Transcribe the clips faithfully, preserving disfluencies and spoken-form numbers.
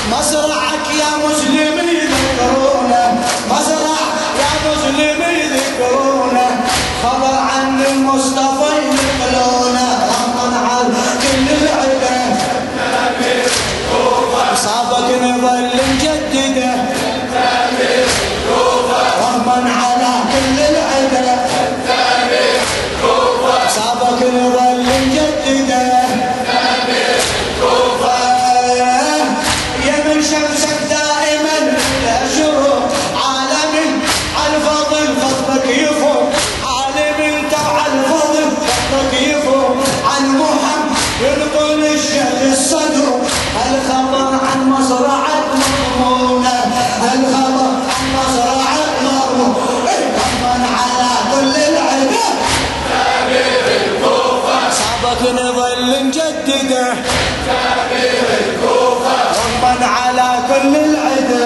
مزرعك يا مسلم يذكرونه، مزرع يا مسلم يذكرونه، خبر عن المصطفى ينقلونه، رغما على كل العدا صابك نظل نجدده، رغما على كل العدا صابك نظل نجدده. يا من شمسك دائما لا شروق، عالم على الفضل فضلك يفوق، عالم تبع الفضل فضلك يفوق، عن محمد ينقل الشيخ الصدوق، الخبر عن مزرعة مضمونة، الخبر عن مزرعة مضمونة، رغما على كل العدا صابك نظل نجدده، رغما على كل العدا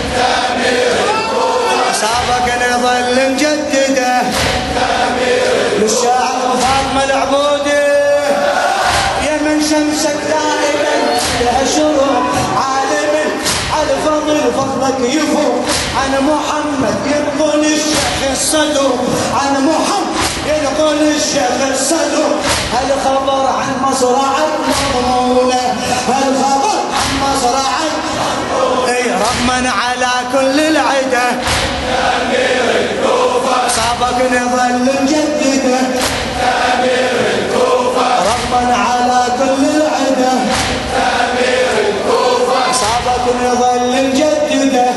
صابك نظل نجدده. للشاعر فاطمة العبودي يا من شمسك دائما لها شروق، عالم على الفضل فضلك يفوق، عن محمد ينقل الشيخ الصدوق، عن محمد ينقل الشيخ الصدوق، الخبر عن مزرعة مضمونة، الخبر عن مزرعة اي رغما على كل العدا صابك نظل نجدده، رغما على كل العدا صابك نظل نجدده.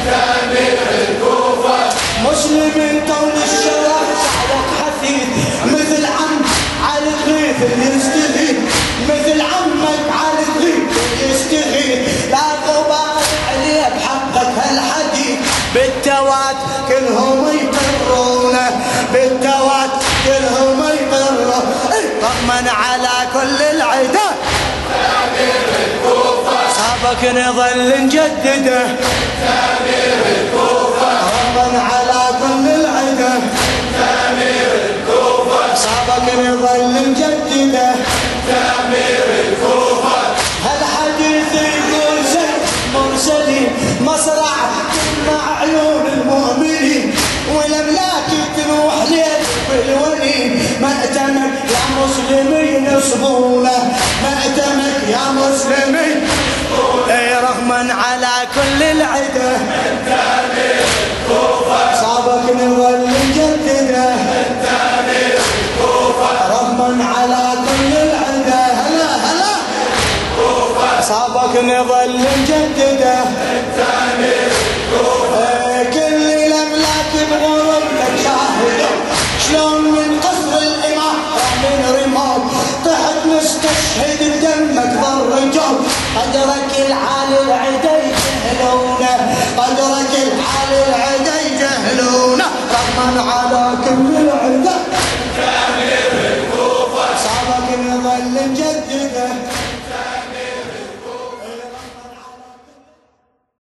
مسلم طول الشرف سعدك حثيث، مثل عم على الغيث يستغيث، مثل عمك على الغيث يستغيث، لا غبار عليه بحقك هالحديث، بالتوات كلهم يقرونه، بالتوات كلهم يقرون، رغما على كل العدا صابك نظل نجدده، رغما على كل العدا صابك نظل نجدده. هالحديث يقول زين مرسلين، مصرع مع عيون المؤمنين، والاملاك تروح ليل بالولين، مأتمك يا مسلمين اصبوله، مأتمك يا مسلمين اي رغما على كل العدا صابك نظل نجدده، رغما على كل العدا هلا هلا صابك نظل نجدده. كل الاملاك بغربتك شاهدوا، شلون من قصر الامارة من رمال طحت مستشهد بدمك ضر الجو، قدرك العالي العدا يجهلونه، قدرك العالي العدا يجهلونه، رغما على